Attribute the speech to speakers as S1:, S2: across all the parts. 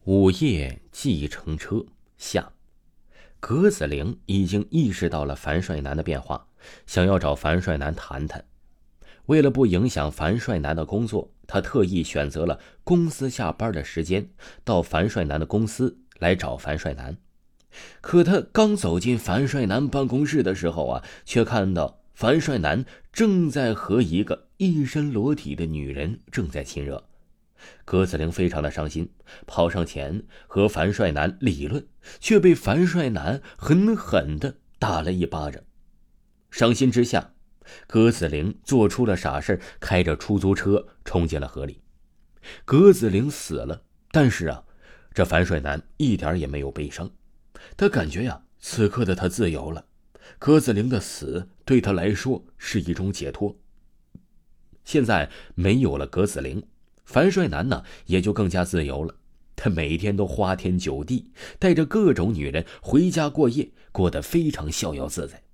S1: 午夜计程车下，葛子玲已经意识到了樊帅男的变化，想要找樊帅男谈谈。为了不影响樊帅男的工作，他特意选择了公司下班的时间，到樊帅男的公司来找樊帅男。可他刚走进樊帅男办公室的时候却看到樊帅男正在和一个一身裸体的女人正在亲热。葛子玲非常的伤心，跑上前和樊帅男理论，却被樊帅男狠狠地打了一巴掌。伤心之下，葛子玲做出了傻事，开着出租车冲进了河里。葛子玲死了，但是这樊帅男一点也没有悲伤，他感觉此刻的他自由了。葛子玲的死对他来说是一种解脱。现在没有了葛子玲，樊帅男也就更加自由了。他每天都花天酒地，带着各种女人回家过夜，过得非常逍遥自在。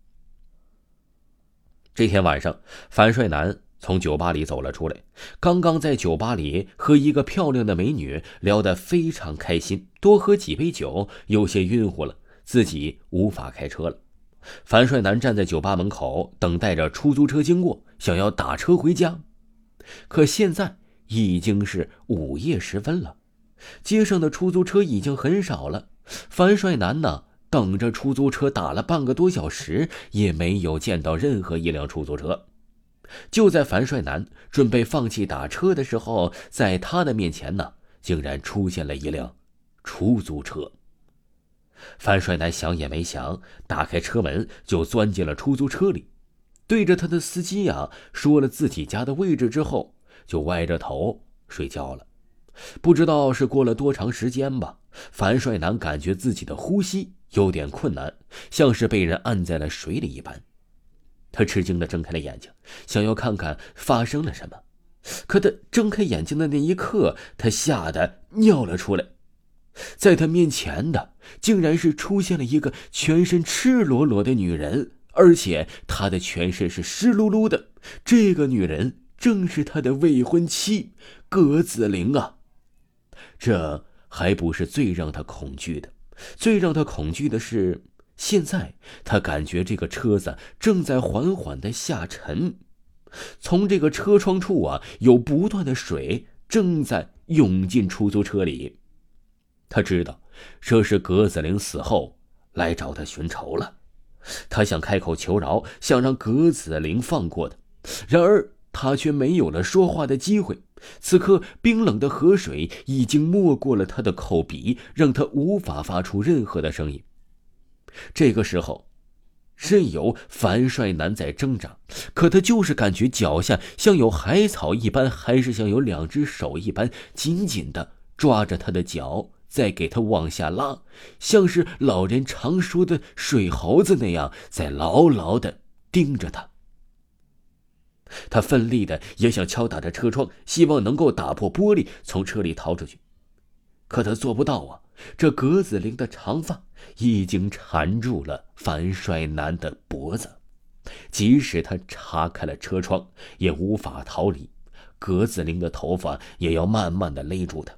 S1: 这天晚上，樊帅男从酒吧里走了出来，刚刚在酒吧里和一个漂亮的美女聊得非常开心，多喝几杯酒，有些晕乎了，自己无法开车了。樊帅男站在酒吧门口，等待着出租车经过，想要打车回家。可现在已经是午夜时分了，街上的出租车已经很少了。樊帅男等着出租车打了半个多小时，也没有见到任何一辆出租车。就在樊帅男准备放弃打车的时候，在他的面前竟然出现了一辆出租车。樊帅男想也没想，打开车门就钻进了出租车里，对着他的司机说了自己家的位置之后，就歪着头睡觉了。不知道是过了多长时间吧，樊帅男感觉自己的呼吸有点困难，像是被人按在了水里一般。他吃惊地睁开了眼睛，想要看看发生了什么。可他睁开眼睛的那一刻，他吓得尿了出来。在他面前竟然是出现了一个全身赤裸裸的女人，而且她的全身是湿漉漉的。这个女人正是他的未婚妻葛子玲这还不是最让他恐惧的，最让他恐惧的是，现在他感觉这个车子正在缓缓地下沉，从这个车窗处有不断的水正在涌进出租车里。他知道这是葛子玲死后来找他寻仇了。他想开口求饶，想让葛子玲放过他，然而他却没有了说话的机会。此刻冰冷的河水已经没过了他的口鼻，让他无法发出任何的声音。这个时候任由樊帅男在挣扎，可他就是感觉脚下像有海草一般，还是像有两只手一般紧紧地抓着他的脚，再给他往下拉，像是老人常说的水猴子那样，在牢牢地盯着他。他奋力的也想敲打着车窗，希望能够打破玻璃，从车里逃出去。可他做不到这葛子玲的长发已经缠住了樊帅男的脖子，即使他叉开了车窗，也无法逃离。葛子玲的头发也要慢慢的勒住他。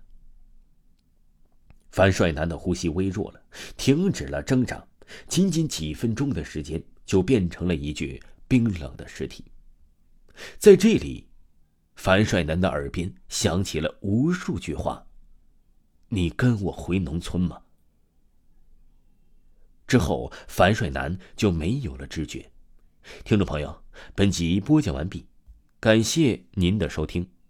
S1: 樊帅男的呼吸微弱了，停止了挣扎，仅仅几分钟的时间，就变成了一具冰冷的尸体。在这里，樊帅男的耳边响起了无数句话：你跟我回农村吗？之后樊帅男就没有了知觉。听众朋友，本集播讲完毕，感谢您的收听。